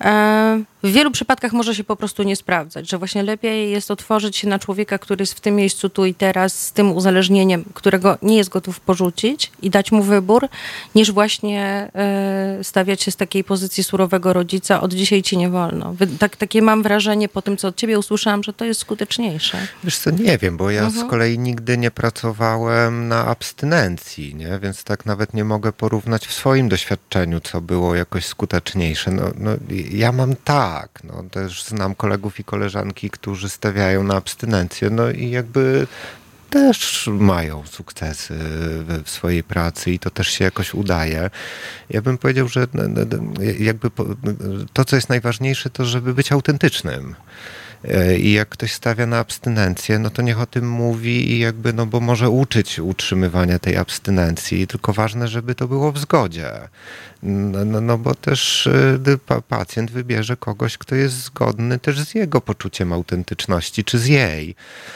w wielu przypadkach może się po prostu nie sprawdzać, że właśnie lepiej jest otworzyć się na człowieka, który jest w tym miejscu tu i teraz z tym uzależnieniem, którego nie jest gotów porzucić i dać mu wybór, niż właśnie stawiać się z takiej pozycji surowego rodzica, od dzisiaj ci nie wolno. Tak, takie mam wrażenie po tym, co od ciebie usłyszałam, że to jest skuteczniejsze. Wiesz co, nie wiem, bo ja mhm. z kolei nigdy nie pracowałem na abstynencji, nie? Więc tak nawet nie mogę porównać w swoim doświadczeniu, co było jakoś skuteczniejsze. No, no, ja mam tak, no też znam kolegów i koleżanki, którzy stawiają na abstynencję, no i jakby też mają sukcesy w swojej pracy i to też się jakoś udaje. Ja bym powiedział, że jakby to, co jest najważniejsze, to żeby być autentycznym. I jak ktoś stawia na abstynencję, no to niech o tym mówi i jakby, no bo może uczyć utrzymywania tej abstynencji, tylko ważne, żeby to było w zgodzie. No, no, no bo też pacjent wybierze kogoś, kto jest zgodny też z jego poczuciem autentyczności, czy z jej.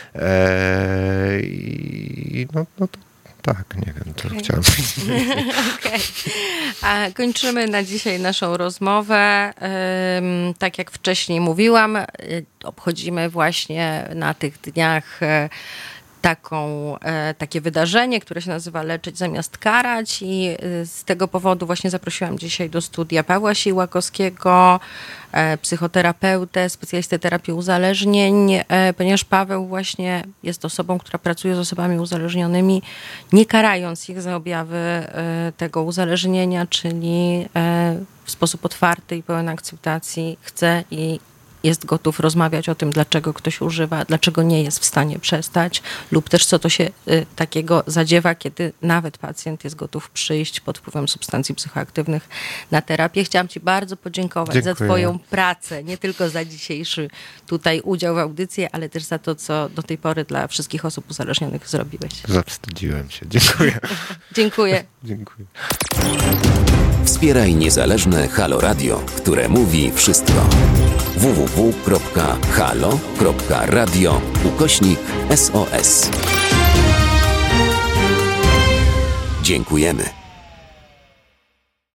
I no, no to tak, nie wiem, co okay. chciałam powiedzieć. Okay. A kończymy na dzisiaj naszą rozmowę. Tak jak wcześniej mówiłam, obchodzimy właśnie na tych dniach taką, takie wydarzenie, które się nazywa Leczyć zamiast karać i z tego powodu właśnie zaprosiłam dzisiaj do studia Pawła Siłakowskiego, psychoterapeutę, specjalistę terapii uzależnień, ponieważ Paweł właśnie jest osobą, która pracuje z osobami uzależnionymi, nie karając ich za objawy tego uzależnienia, czyli w sposób otwarty i pełen akceptacji chce i jest gotów rozmawiać o tym, dlaczego ktoś używa, dlaczego nie jest w stanie przestać lub też co to się y, takiego zadziewa, kiedy nawet pacjent jest gotów przyjść pod wpływem substancji psychoaktywnych na terapię. Chciałam ci bardzo podziękować Dziękuję. za twoją pracę, nie tylko za dzisiejszy tutaj udział w audycji, ale też za to, co do tej pory dla wszystkich osób uzależnionych zrobiłeś. Zawstydziłem się. Dziękuję. Dziękuję. Dziękuję. Wspieraj niezależne Halo Radio, które mówi wszystko. w w w kropka halo kropka radio ukośnik S O S. Dziękujemy.